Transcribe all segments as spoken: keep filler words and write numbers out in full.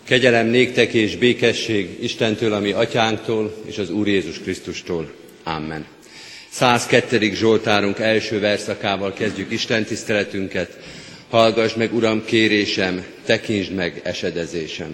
Kegyelem néktek és békesség Istentől, a mi atyánktól, és az Úr Jézus Krisztustól. Amen. száz kettő. Zsoltárunk első verszakával kezdjük Isten tiszteletünket. Hallgass meg, Uram, kérésem, tekintsd meg esedezésem.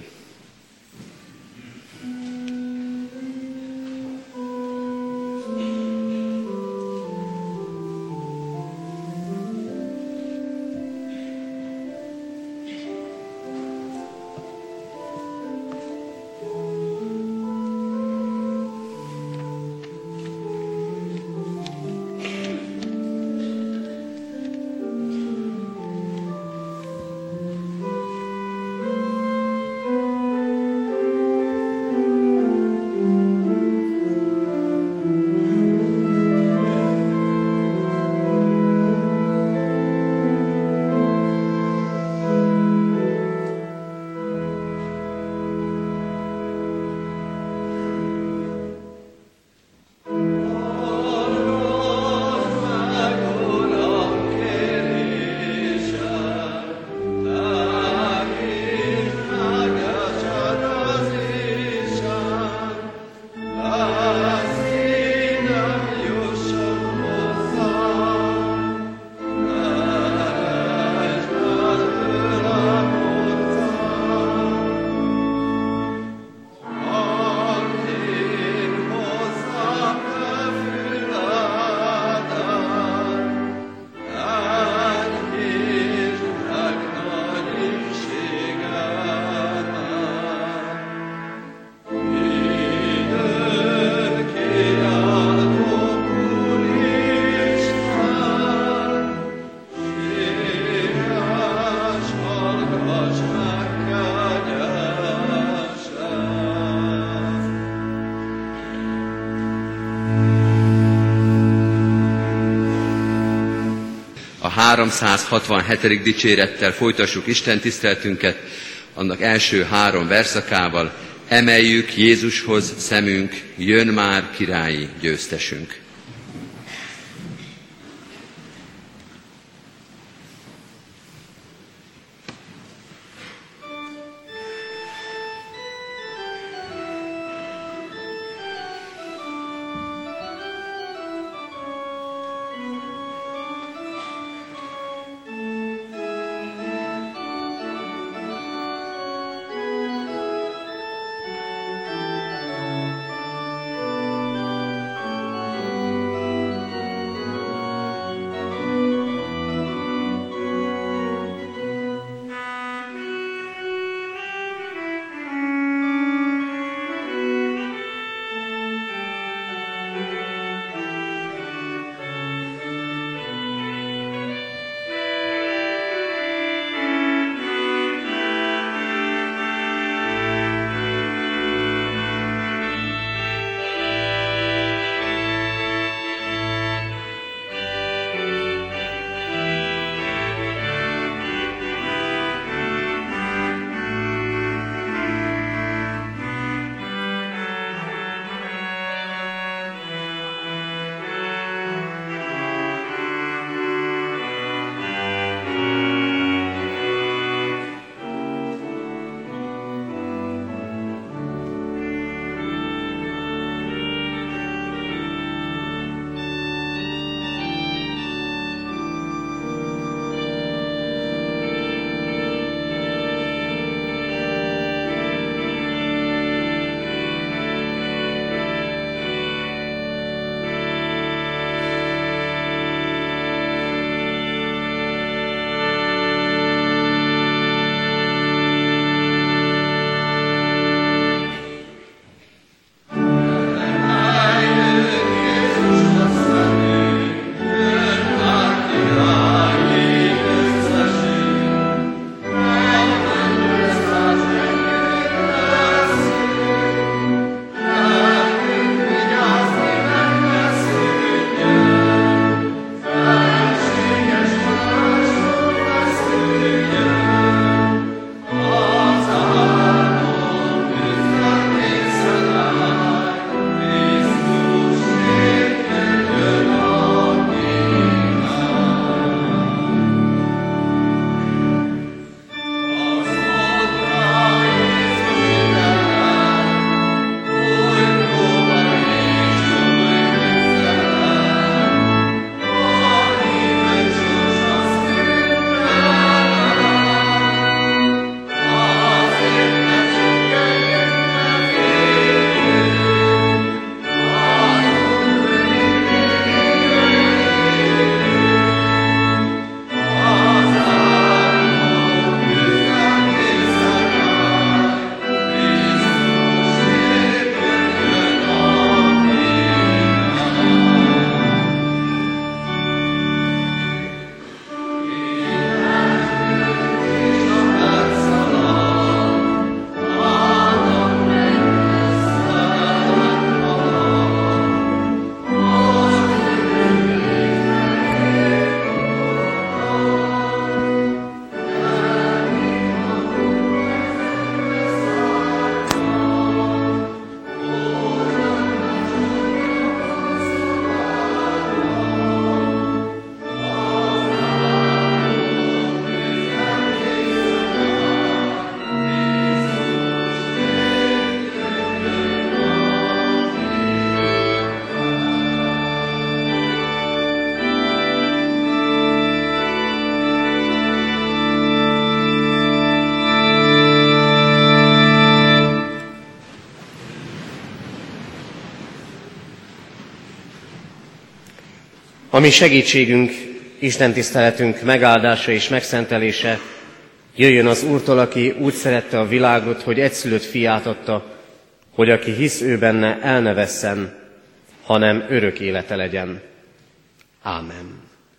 háromszázhatvanhetedik dicsérettel folytassuk Isten tiszteletünket, annak első három verszakával. Emeljük Jézushoz szemünk, jön már királyi győztesünk. A mi segítségünk, Isten tiszteletünk megáldása és megszentelése jöjjön az Úrtól, aki úgy szerette a világot, hogy egyszülött fiát adta, hogy aki hisz ő benne, el ne vesszen, hanem örök élete legyen. Ámen.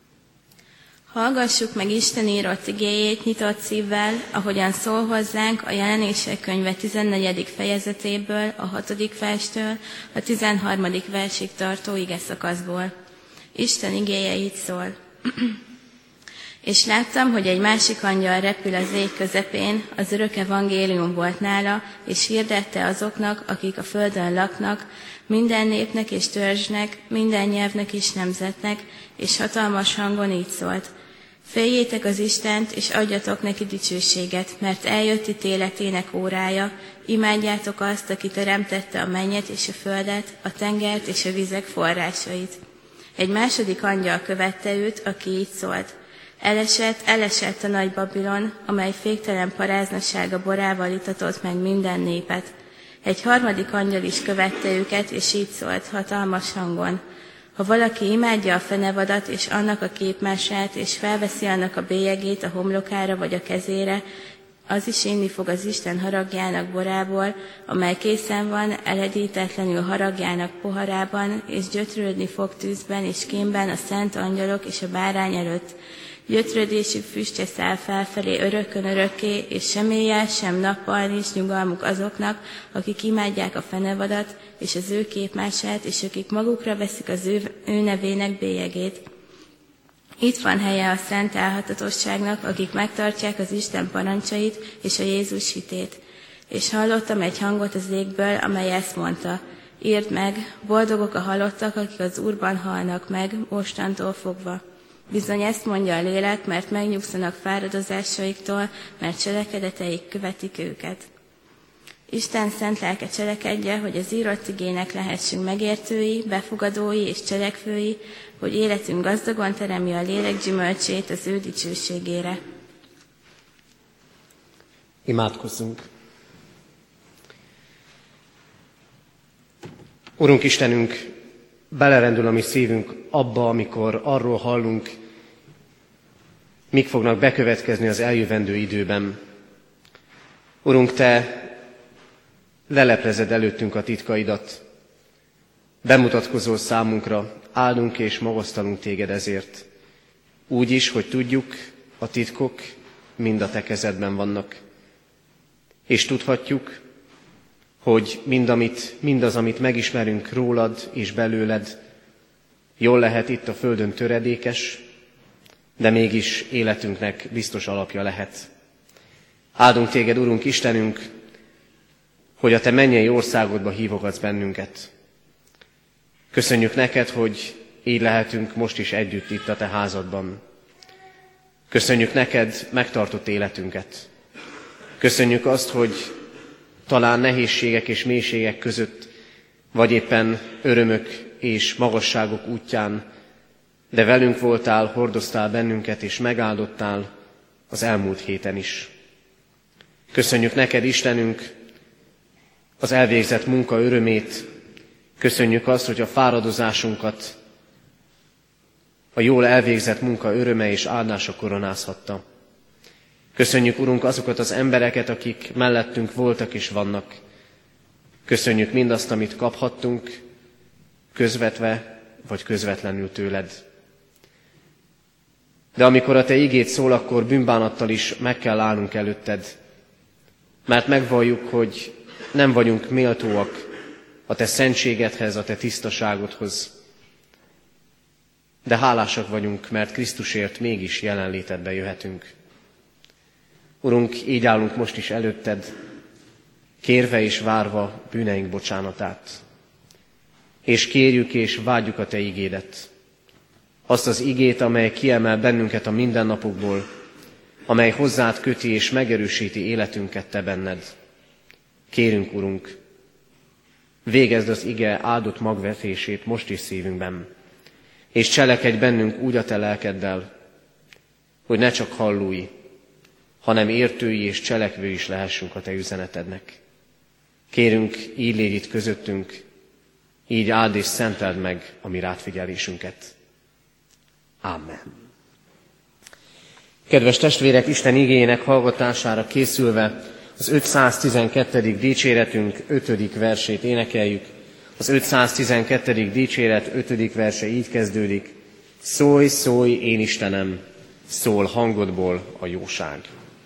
Hallgassuk meg Isten írott igéjét nyitott szívvel, ahogyan szól hozzánk a Jelenések könyve tizennegyedik fejezetéből, a hatodik verstől a tizenharmadik versig tartó igeszakaszból. Isten igéje így szól. És láttam, hogy egy másik angyal repül az ég közepén, az örök evangélium volt nála, és hirdette azoknak, akik a földön laknak, minden népnek és törzsnek, minden nyelvnek és nemzetnek, és hatalmas hangon így szólt. Féljétek az Istent, és adjatok neki dicsőséget, mert eljött itt életének órája, imádjátok azt, aki teremtette a mennyet és a földet, a tengert és a vizek forrásait. Egy második angyal követte őt, aki így szólt. Elesett, elesett a nagy Babilon, amely féktelen paráznasága borával itatott meg minden népet. Egy harmadik angyal is követte őket, és így szólt hatalmas hangon. Ha valaki imádja a fenevadat és annak a képmását, és felveszi annak a bélyegét a homlokára vagy a kezére, az is inni fog az Isten haragjának borából, amely készen van, eledítetlenül haragjának poharában, és gyötrődni fog tűzben és kémben a szent angyalok és a bárány előtt. Gyötrődésük füstje száll felfelé örökön örökké, és sem éjjel, sem nappal nincs nyugalmuk azoknak, akik imádják a fenevadat és az ő képmását, és akik magukra veszik az ő, ő nevének bélyegét. Itt van helye a szent elhatatosságnak, akik megtartják az Isten parancsait és a Jézus hitét. És hallottam egy hangot az égből, amely ezt mondta, írd meg, boldogok a halottak, akik az Úrban halnak meg, mostantól fogva. Bizony ezt mondja a lélek, mert megnyugszanak fáradozásaiktól, mert cselekedeteik követik őket. Isten szent lelke cselekedje, hogy az írott igének lehessünk megértői, befogadói és cselekvői, hogy életünk gazdagon teremi a lélek gyümölcsét az ő dicsőségére. Imádkozzunk! Urunk Istenünk, belerendül a mi szívünk abba, amikor arról hallunk, mik fognak bekövetkezni az eljövendő időben. Urunk, Te leleplezed előttünk a titkaidat, bemutatkozol számunkra, áldunk és magasztalunk Téged ezért. Úgy is, hogy tudjuk, a titkok mind a Te kezedben vannak. És tudhatjuk, hogy mind amit, mindaz, amit megismerünk rólad és belőled, jól lehet itt a földön töredékes, de mégis életünknek biztos alapja lehet. Áldunk Téged, Urunk Istenünk, hogy a Te mennyei országodba hívogatsz bennünket. Köszönjük neked, hogy így lehetünk most is együtt itt a Te házadban. Köszönjük neked megtartott életünket. Köszönjük azt, hogy talán nehézségek és mélységek között, vagy éppen örömök és magasságok útján, de velünk voltál, hordoztál bennünket és megáldottál az elmúlt héten is. Köszönjük neked, Istenünk, az elvégzett munka örömét, köszönjük azt, hogy a fáradozásunkat a jól elvégzett munka öröme és áldása koronázhatta. Köszönjük, Urunk, azokat az embereket, akik mellettünk voltak és vannak. Köszönjük mindazt, amit kaphattunk, közvetve vagy közvetlenül tőled. De amikor a Te igéd szól, akkor bűnbánattal is meg kell állnunk előtted, mert megvalljuk, hogy nem vagyunk méltóak a Te szentségedhez, a Te tisztaságodhoz. De hálásak vagyunk, mert Krisztusért mégis jelenlétedbe jöhetünk. Urunk, így állunk most is előtted, kérve és várva bűneink bocsánatát. És kérjük és vágyjuk a Te igédet. Azt az igét, amely kiemel bennünket a mindennapokból, amely hozzád köti és megerősíti életünket Te benned. Kérünk, Urunk, végezd az ige áldott magvetését most is szívünkben, és cselekedj bennünk úgy a Te lelkeddel, hogy ne csak hallói, hanem értői és cselekvői is lehessünk a Te üzenetednek. Kérünk, így légy itt közöttünk, így áld és szenteld meg a mi rád figyelésünket. Amen. Kedves testvérek, Isten igéjének hallgatására készülve az ötszáztizenkettedik dicséretünk ötödik versét énekeljük. Az ötszáztizenkettedik dicséret ötödik verse így kezdődik. Szólj, szólj, én Istenem, szól hangodból a jóság.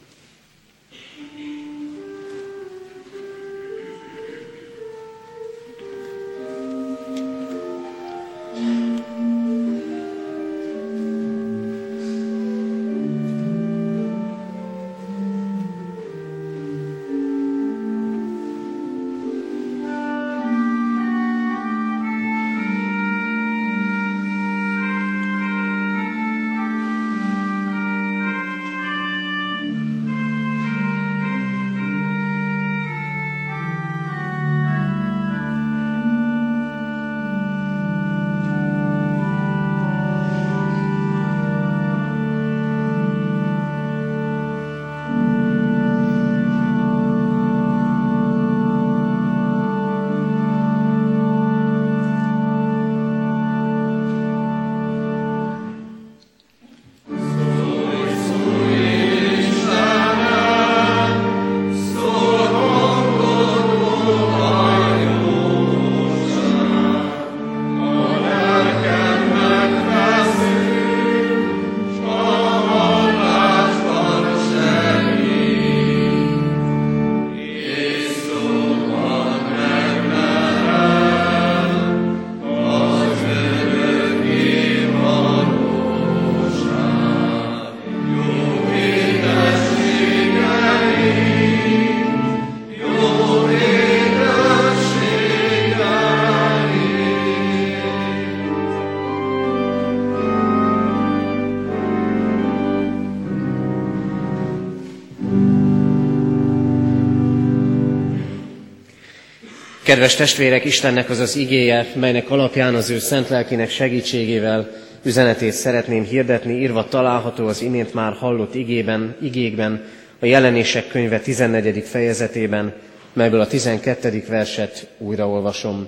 Kedves testvérek, Istennek az az igéje, melynek alapján az ő szent lelkének segítségével üzenetét szeretném hirdetni, írva található az imént már hallott igében, igékben, a Jelenések könyve tizennegyedik fejezetében, melyből a tizenkettedik verset újraolvasom.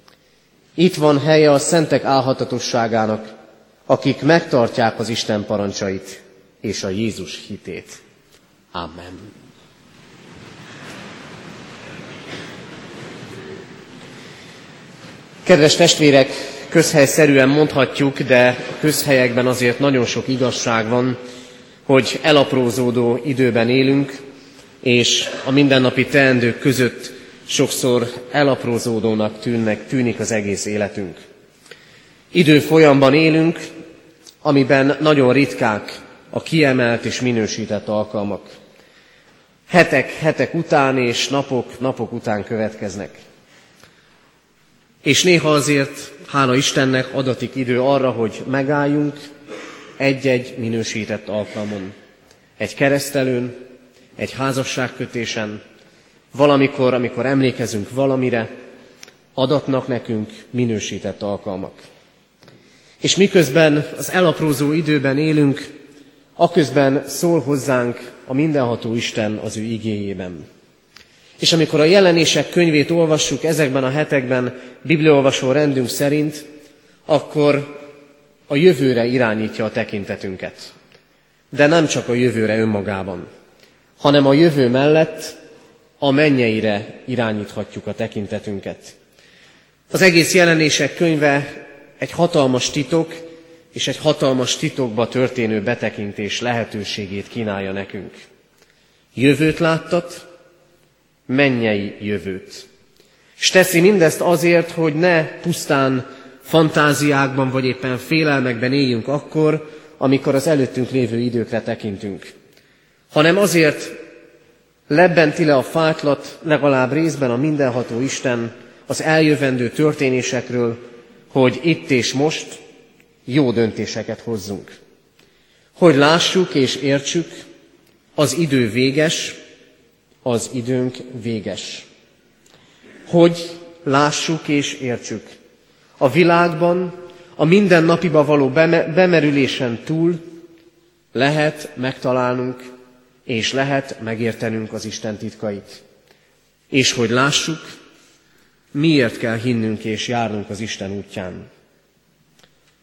Itt van helye a szentek álhatatosságának, akik megtartják az Isten parancsait és a Jézus hitét. Amen. Kedves testvérek, közhelyszerűen mondhatjuk, de közhelyekben azért nagyon sok igazság van, hogy elaprózódó időben élünk, és a mindennapi teendők között sokszor elaprózódónak tűnnek, tűnik az egész életünk. Időfolyamban élünk, amiben nagyon ritkák a kiemelt és minősített alkalmak. Hetek, hetek után és napok, napok után következnek. És néha azért, hála Istennek, adatik idő arra, hogy megálljunk egy-egy minősített alkalmon. Egy keresztelőn, egy házasságkötésen, valamikor, amikor emlékezünk valamire, adatnak nekünk minősített alkalmak. És miközben az elaprózó időben élünk, aközben szól hozzánk a mindenható Isten az ő igéjében. És amikor a Jelenések könyvét olvassuk ezekben a hetekben bibliaolvasó rendünk szerint, akkor a jövőre irányítja a tekintetünket. De nem csak a jövőre önmagában, hanem a jövő mellett a mennyeire irányíthatjuk a tekintetünket. Az egész Jelenések könyve egy hatalmas titok, és egy hatalmas titokba történő betekintés lehetőségét kínálja nekünk. Jövőt láttat, mennyei jövőt. És teszi mindezt azért, hogy ne pusztán fantáziákban vagy éppen félelmekben éljünk akkor, amikor az előttünk lévő időkre tekintünk, hanem azért lebbenti le a fátylat legalább részben a mindenható Isten az eljövendő történésekről, hogy itt és most jó döntéseket hozzunk. Hogy lássuk és értsük, az idő véges, az időnk véges. Hogy lássuk és értsük, a világban, a mindennapiba való bemerülésen túl lehet megtalálnunk, és lehet megértenünk az Isten titkait. És hogy lássuk, miért kell hinnünk és járnunk az Isten útján.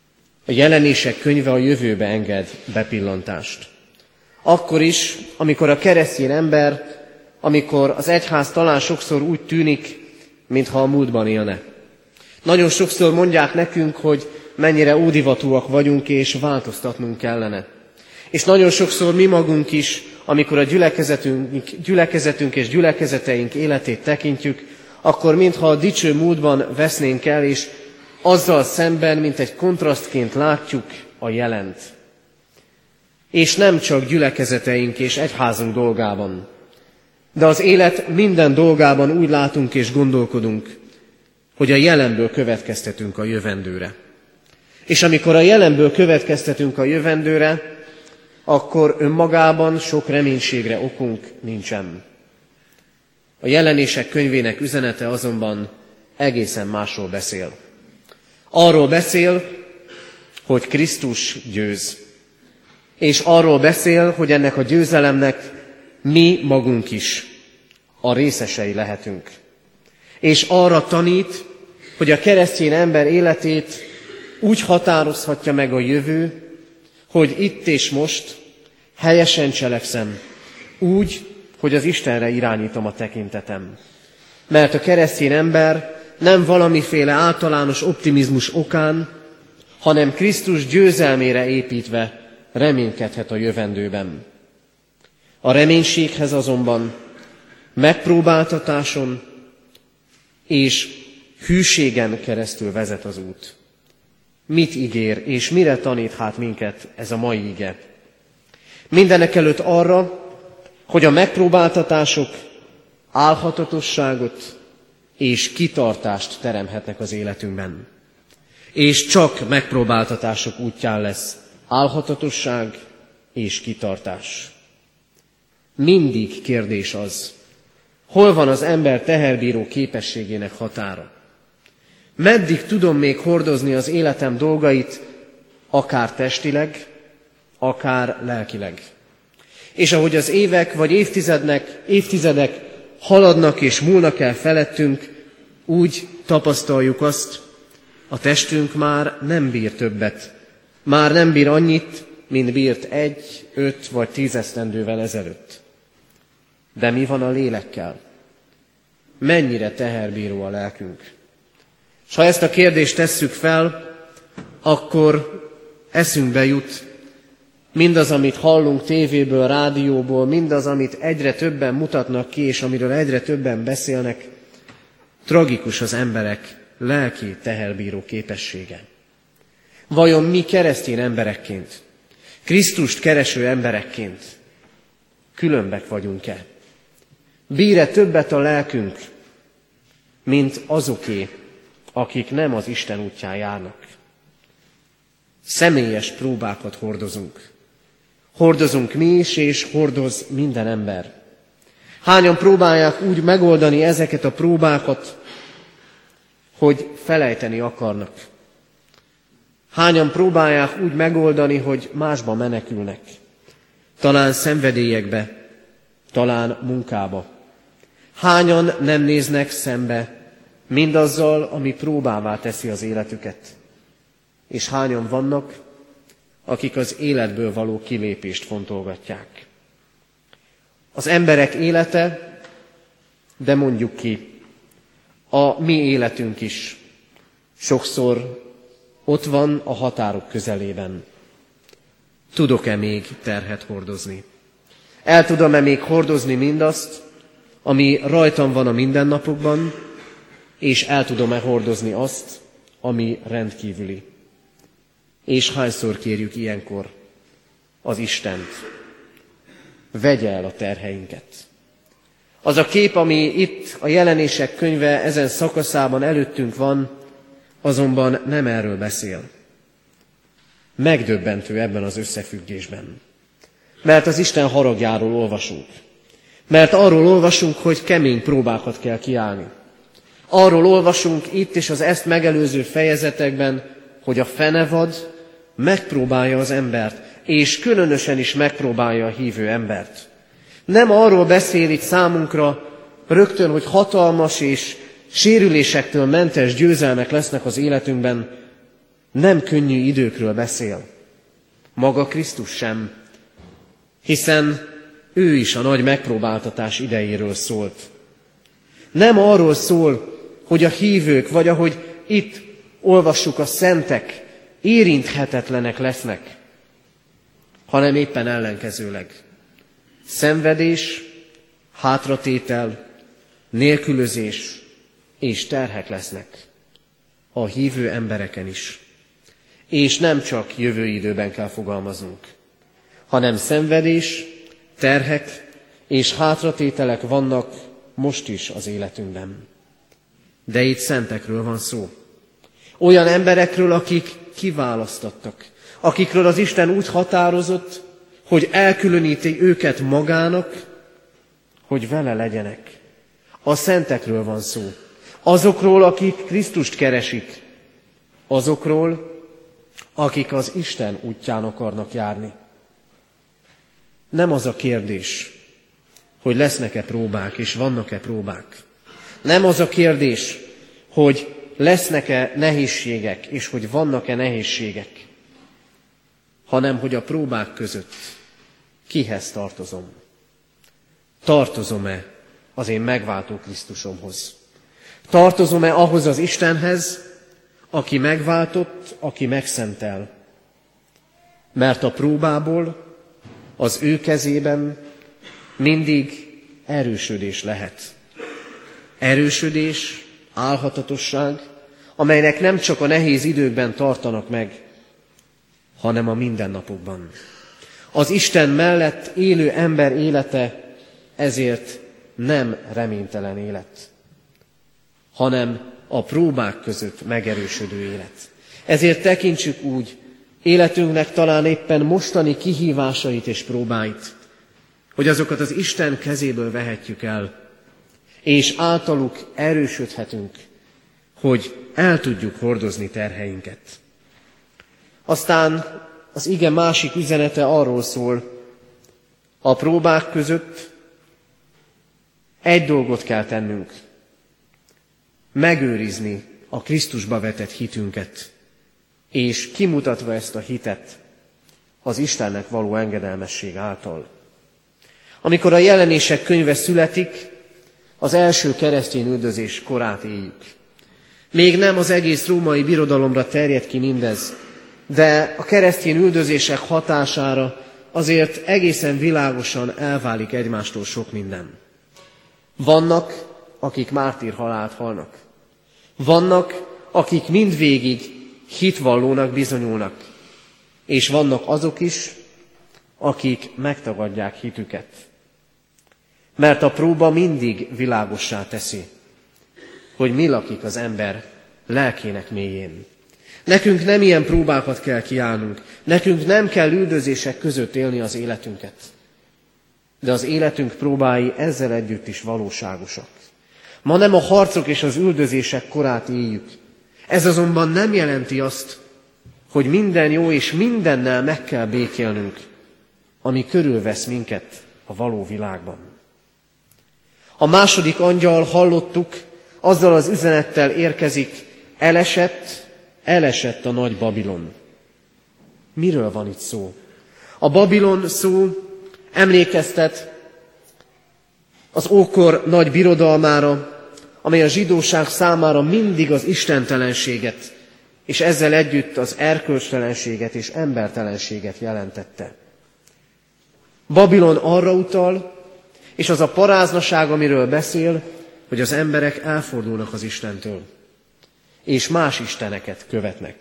A Jelenések könyve a jövőbe enged bepillantást. Akkor is, amikor a keresztény ember, amikor az egyház talán sokszor úgy tűnik, mintha a múltban élne. Nagyon sokszor mondják nekünk, hogy mennyire ódivatúak vagyunk, és változtatnunk kellene. És nagyon sokszor mi magunk is, amikor a gyülekezetünk, gyülekezetünk és gyülekezeteink életét tekintjük, akkor mintha a dicső múltban vesznénk el, és azzal szemben, mint egy kontrasztként látjuk a jelent. És nem csak gyülekezeteink és egyházunk dolgában, de az élet minden dolgában úgy látunk és gondolkodunk, hogy a jelenből következtetünk a jövendőre. És amikor a jelenből következtetünk a jövendőre, akkor önmagában sok reménységre okunk nincsen. A Jelenések könyvének üzenete azonban egészen másról beszél. Arról beszél, hogy Krisztus győz. És arról beszél, hogy ennek a győzelemnek mi magunk is a részesei lehetünk. És arra tanít, hogy a keresztény ember életét úgy határozhatja meg a jövő, hogy itt és most helyesen cselekszem, úgy, hogy az Istenre irányítom a tekintetem. Mert a keresztény ember nem valamiféle általános optimizmus okán, hanem Krisztus győzelmére építve reménykedhet a jövendőben. A reménységhez azonban megpróbáltatáson és hűségen keresztül vezet az út. Mit ígér, és mire tanít hát minket ez a mai ige? Mindenekelőtt arra, hogy a megpróbáltatások álhatatosságot és kitartást teremhetnek az életünkben. És csak megpróbáltatások útján lesz álhatatosság és kitartás. Mindig kérdés az, hol van az ember teherbíró képességének határa? Meddig tudom még hordozni az életem dolgait, akár testileg, akár lelkileg? És ahogy az évek vagy évtizednek, évtizedek haladnak és múlnak el felettünk, úgy tapasztaljuk azt, a testünk már nem bír többet. Már nem bír annyit, mint bírt egy, öt vagy tíz esztendővel ezelőtt. De mi van a lélekkel? Mennyire teherbíró a lelkünk? És ha ezt a kérdést tesszük fel, akkor eszünkbe jut mindaz, amit hallunk tévéből, rádióból, mindaz, amit egyre többen mutatnak ki, és amiről egyre többen beszélnek, tragikus az emberek lelki teherbíró képessége. Vajon mi keresztény emberekként, Krisztust kereső emberekként különbek vagyunk-e? Bír-e többet a lelkünk, mint azoké, akik nem az Isten útján járnak? Személyes próbákat hordozunk. Hordozunk mi is, és hordoz minden ember. Hányan próbálják úgy megoldani ezeket a próbákat, hogy felejteni akarnak? Hányan próbálják úgy megoldani, hogy másba menekülnek? Talán szenvedélyekbe, talán munkába. Hányan nem néznek szembe mindazzal, ami próbává teszi az életüket? És hányan vannak, akik az életből való kilépést fontolgatják? Az emberek élete, de mondjuk ki, a mi életünk is sokszor ott van a határok közelében. Tudok-e még terhet hordozni? El tudom-e még hordozni mindazt, ami rajtam van a mindennapokban, és el tudom-e hordozni azt, ami rendkívüli? És hányszor kérjük ilyenkor az Istent, vegye el a terheinket. Az a kép, ami itt a Jelenések könyve ezen szakaszában előttünk van, azonban nem erről beszél. Megdöbbentő ebben az összefüggésben. Mert az Isten haragjáról olvasunk. Mert arról olvasunk, hogy kemény próbákat kell kiállni. Arról olvasunk itt és az ezt megelőző fejezetekben, hogy a fenevad megpróbálja az embert, és különösen is megpróbálja a hívő embert. Nem arról beszél itt számunkra rögtön, hogy hatalmas és sérülésektől mentes győzelmek lesznek az életünkben, nem könnyű időkről beszél. Maga Krisztus sem, hiszen ő is a nagy megpróbáltatás idejéről szólt. Nem arról szól, hogy a hívők, vagy ahogy itt olvassuk, a szentek érinthetetlenek lesznek, hanem éppen ellenkezőleg. Szenvedés, hátratétel, nélkülözés és terhek lesznek a hívő embereken is. És nem csak jövő időben kell fogalmaznunk, hanem szenvedés, terhek és hátratételek vannak most is az életünkben. De itt szentekről van szó. Olyan emberekről, akik kiválasztottak, akikről az Isten úgy határozott, hogy elkülöníti őket magának, hogy vele legyenek. A szentekről van szó. Azokról, akik Krisztust keresik. Azokról, akik az Isten útján akarnak járni. Nem az a kérdés, hogy lesznek-e próbák, és vannak-e próbák. Nem az a kérdés, hogy lesznek-e nehézségek, és hogy vannak-e nehézségek, hanem hogy a próbák között kihez tartozom. Tartozom-e az én megváltó Krisztusomhoz? Tartozom-e ahhoz az Istenhez, aki megváltott, aki megszentel? Mert a próbából az ő kezében mindig erősödés lehet. Erősödés, álhatatosság, amelynek nem csak a nehéz időkben tartanak meg, hanem a mindennapokban. Az Isten mellett élő ember élete ezért nem reménytelen élet, hanem a próbák között megerősödő élet. Ezért tekintsük úgy életünknek talán éppen mostani kihívásait és próbáit, hogy azokat az Isten kezéből vehetjük el, és általuk erősödhetünk, hogy el tudjuk hordozni terheinket. Aztán az ige másik üzenete arról szól, a próbák között egy dolgot kell tennünk, megőrizni a Krisztusba vetett hitünket, és kimutatva ezt a hitet az Istennek való engedelmesség által. Amikor a Jelenések könyve születik, az első keresztény üldözés korát éljük. Még nem az egész római birodalomra terjed ki mindez, de a keresztény üldözések hatására azért egészen világosan elválik egymástól sok minden. Vannak, akik mártír halált halnak. Vannak, akik mindvégig hitvallónak bizonyulnak. És vannak azok is, akik megtagadják hitüket. Mert a próba mindig világossá teszi, hogy mi lakik az ember lelkének mélyén. Nekünk nem ilyen próbákat kell kiállnunk, nekünk nem kell üldözések között élni az életünket. De az életünk próbái ezzel együtt is valóságosak. Ma nem a harcok és az üldözések korát éljük. Ez azonban nem jelenti azt, hogy minden jó és mindennel meg kell békélnünk, ami körülvesz minket a való világban. A második angyal, hallottuk, azzal az üzenettel érkezik, elesett, elesett a nagy Babilon. Miről van itt szó? A Babilon szó emlékeztet az ókor nagy birodalmára, amely a zsidóság számára mindig az istentelenséget, és ezzel együtt az erkölcstelenséget és embertelenséget jelentette. Babilon arra utal, és az a paráznaság, amiről beszél, hogy az emberek elfordulnak az Istentől, és más isteneket követnek.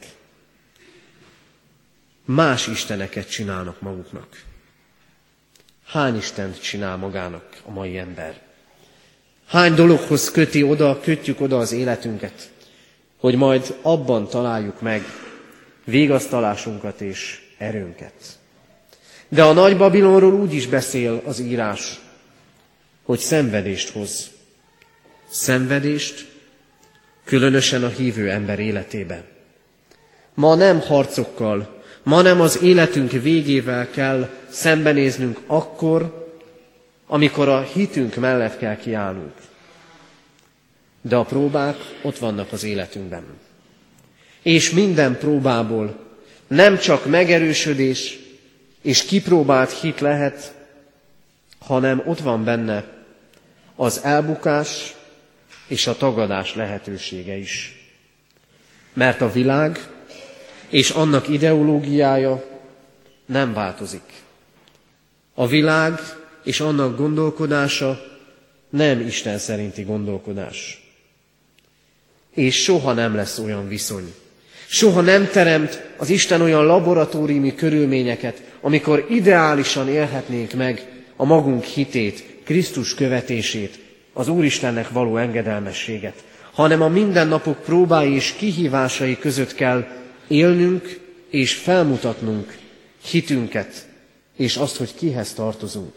Más isteneket csinálnak maguknak. Hány istent csinál magának a mai ember? Hány dologhoz köti oda, kötjük oda az életünket, hogy majd abban találjuk meg vigasztalásunkat és erőnket. De a nagy Babilonról úgy is beszél az írás, hogy szenvedést hoz. Szenvedést, különösen a hívő ember életében. Ma nem harcokkal, ma nem az életünk végével kell szembenéznünk akkor, amikor a hitünk mellett kell kiállnunk. De a próbák ott vannak az életünkben. és minden próbából nem csak megerősödés és kipróbált hit lehet, hanem ott van benne az elbukás és a tagadás lehetősége is. Mert a világ és annak ideológiája nem változik. A világ és annak gondolkodása nem Isten szerinti gondolkodás. És soha nem lesz olyan viszony. Soha nem teremt az Isten olyan laboratóriumi körülményeket, amikor ideálisan élhetnénk meg a magunk hitét, Krisztus követését, az Úristennek való engedelmességet, hanem a mindennapok próbái és kihívásai között kell élnünk és felmutatnunk hitünket, és azt, hogy kihez tartozunk.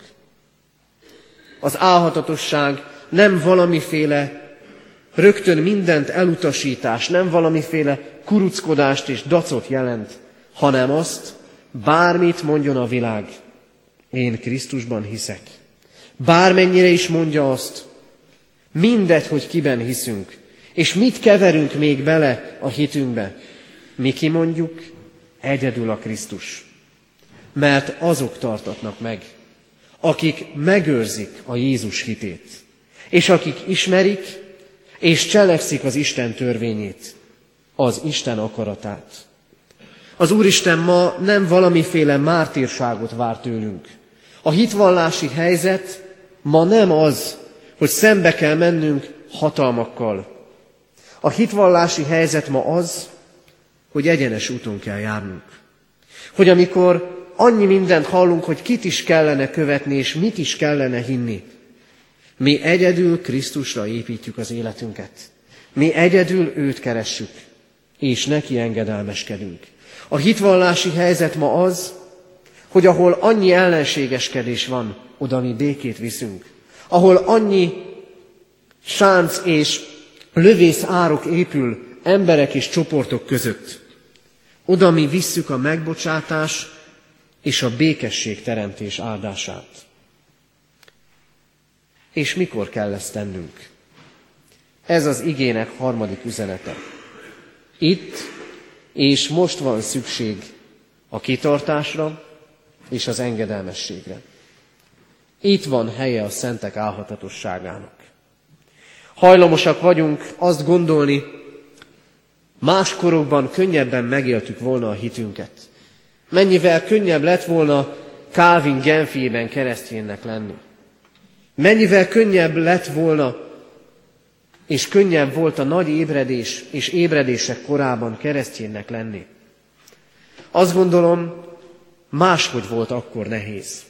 Az álhatatosság nem valamiféle rögtön mindent elutasítás, nem valamiféle kuruckodást és dacot jelent, hanem azt, bármit mondjon a világ, én Krisztusban hiszek. Bármennyire is mondja azt, mindegy, hogy kiben hiszünk, és mit keverünk még bele a hitünkbe. Mi kimondjuk, egyedül a Krisztus. Mert azok tartatnak meg, akik megőrzik a Jézus hitét, és akik ismerik és cselekszik az Isten törvényét, az Isten akaratát. Az Úristen ma nem valamiféle mártírságot vár tőlünk. A hitvallási helyzet ma nem az, hogy szembe kell mennünk hatalmakkal. A hitvallási helyzet ma az, hogy egyenes úton kell járnunk. Hogy amikor annyi mindent hallunk, hogy kit is kellene követni, és mit is kellene hinni, mi egyedül Krisztusra építjük az életünket. Mi egyedül őt keressük, és neki engedelmeskedünk. A hitvallási helyzet ma az, hogy ahol annyi ellenségeskedés van, oda mi békét viszünk. Ahol annyi sánc és lövész árok épül emberek és csoportok között, oda mi visszük a megbocsátás és a békesség teremtés áldását. És mikor kell ezt tennünk? Ez az igének harmadik üzenete. Itt és most van szükség a kitartásra és az engedelmességre. Itt van helye a szentek álhatatosságának. Hajlamosak vagyunk azt gondolni, más korokban könnyebben megéltük volna a hitünket. Mennyivel könnyebb lett volna Calvin Genfjében kereszténynek lenni. Mennyivel könnyebb lett volna, és könnyebb volt a nagy ébredés és ébredések korában kereszténynek lenni. Azt gondolom, máshogy volt akkor nehéz.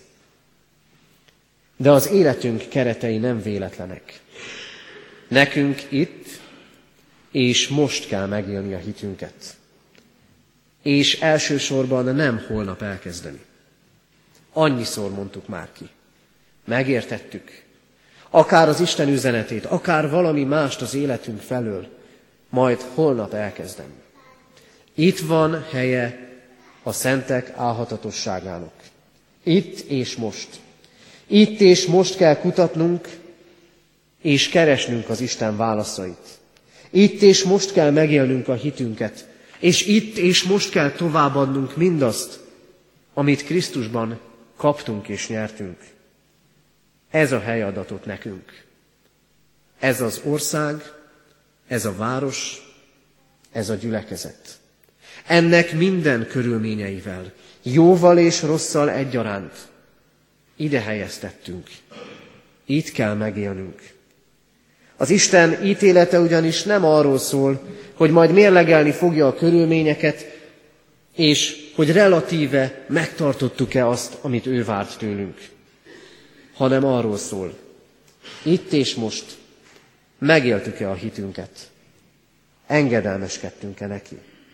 De az életünk keretei nem véletlenek. Nekünk itt és most kell megélni a hitünket. És elsősorban nem holnap elkezdeni. Annyiszor mondtuk már ki. Megértettük. Akár az Isten üzenetét, akár valami mást az életünk felől, majd holnap elkezdem. Itt van helye a szentek álhatatosságának. Itt és most. Itt és most kell kutatnunk és keresnünk az Isten válaszait. Itt és most kell megélnünk a hitünket, és itt és most kell továbbadnunk mindazt, amit Krisztusban kaptunk és nyertünk. Ez a hely adatot nekünk. Ez az ország, ez a város, ez a gyülekezet. Ennek minden körülményeivel, jóval és rosszal egyaránt ide helyeztettünk. Itt kell megélnünk. Az Isten ítélete ugyanis nem arról szól, hogy majd mérlegelni fogja a körülményeket, és hogy relatíve megtartottuk-e azt, amit ő várt tőlünk, hanem arról szól, itt és most megéltük-e a hitünket, engedelmeskedtünk-e neki.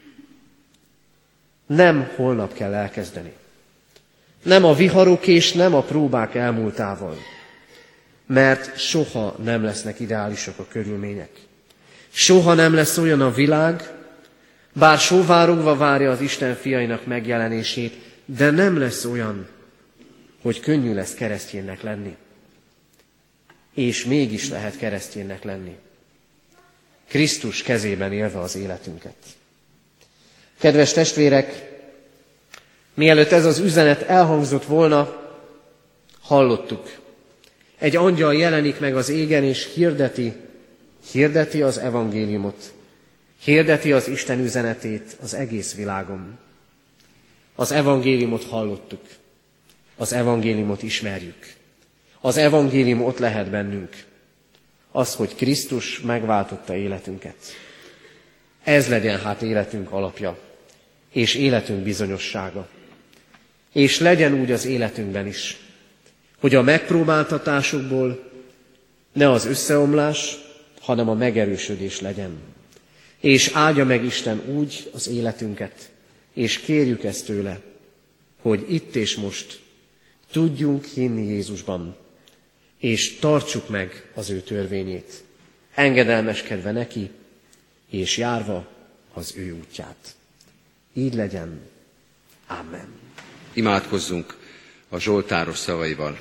Nem holnap kell elkezdeni. Nem a viharok és nem a próbák elmúltával, mert soha nem lesznek ideálisak a körülmények. Soha nem lesz olyan a világ, bár sóvárogva várja az Isten fiainak megjelenését, de nem lesz olyan, hogy könnyű lesz kereszténynek lenni. És mégis lehet kereszténynek lenni. Krisztus kezében élve az életünket. Kedves testvérek, mielőtt ez az üzenet elhangzott volna, hallottuk. Egy angyal jelenik meg az égen, és hirdeti, hirdeti az evangéliumot, hirdeti az Isten üzenetét az egész világon. Az evangéliumot hallottuk, az evangéliumot ismerjük. Az evangélium ott lehet bennünk. Az, hogy Krisztus megváltotta életünket. Ez legyen hát életünk alapja, és életünk bizonyossága. És legyen úgy az életünkben is, hogy a megpróbáltatásokból ne az összeomlás, hanem a megerősödés legyen. És áldja meg Isten úgy az életünket, és kérjük ezt tőle, hogy itt és most tudjunk hinni Jézusban, és tartsuk meg az ő törvényét, engedelmeskedve neki, és járva az ő útját. Így legyen. Amen. Imádkozzunk a zsoltáros szavaival.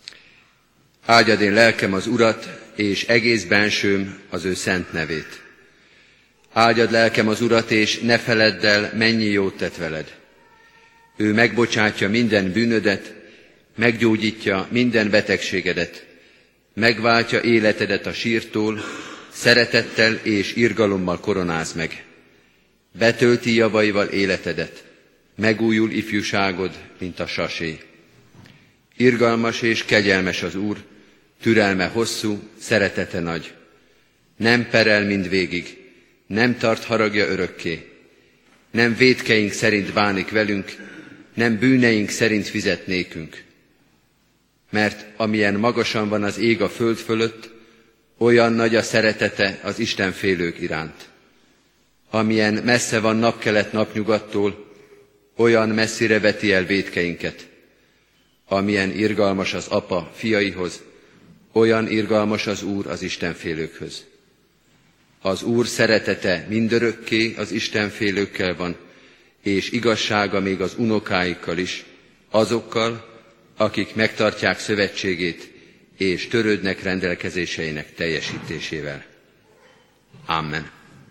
Áldjad én lelkem az Urat, és egész bensőm az ő szent nevét. Áldjad lelkem az Urat, és ne feledd el, mennyi jót tett veled. Ő megbocsátja minden bűnödet, meggyógyítja minden betegségedet, megváltja életedet a sírtól, szeretettel és irgalommal koronáz meg. Betölti javaival életedet, megújul ifjúságod, mint a sasé. Irgalmas és kegyelmes az Úr, türelme hosszú, szeretete nagy. Nem perel mindvégig, nem tart haragja örökké. Nem vétkeink szerint bánik velünk, nem bűneink szerint fizet nékünk. Mert amilyen magasan van az ég a föld fölött, olyan nagy a szeretete az istenfélők iránt. Amilyen messze van napkelet napnyugattól, olyan messzire veti el vétkeinket. Amilyen irgalmas az apa fiaihoz, olyan irgalmas az Úr az istenfélőkhöz. Az Úr szeretete mindörökké az istenfélőkkel van, és igazsága még az unokáikkal is, azokkal, akik megtartják szövetségét, és törődnek rendelkezéseinek teljesítésével. Amen.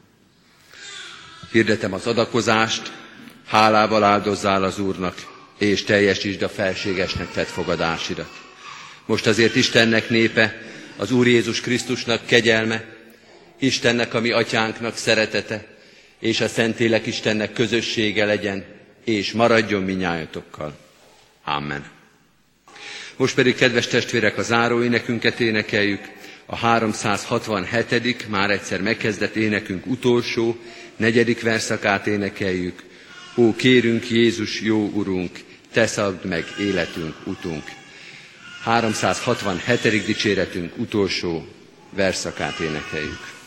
Hirdetem az adakozást, hálával áldozzál az Úrnak, és teljesítsd a felségesnek tett fogadásidat. Most azért Istennek népe, az Úr Jézus Krisztusnak kegyelme, Istennek, a mi atyánknak szeretete, és a Szentlélek Istennek közössége legyen, és maradjon minnyájatokkal. Amen. Most pedig, kedves testvérek, a záróénekünket énekeljük, a háromszázhatvanhetedik már egyszer megkezdett énekünk utolsó, negyedik verszakát énekeljük. Ó, kérünk Jézus, jó Urunk, te szabd meg életünk, utunk. háromszázhatvanhetedik dicséretünk utolsó verszakát énekeljük.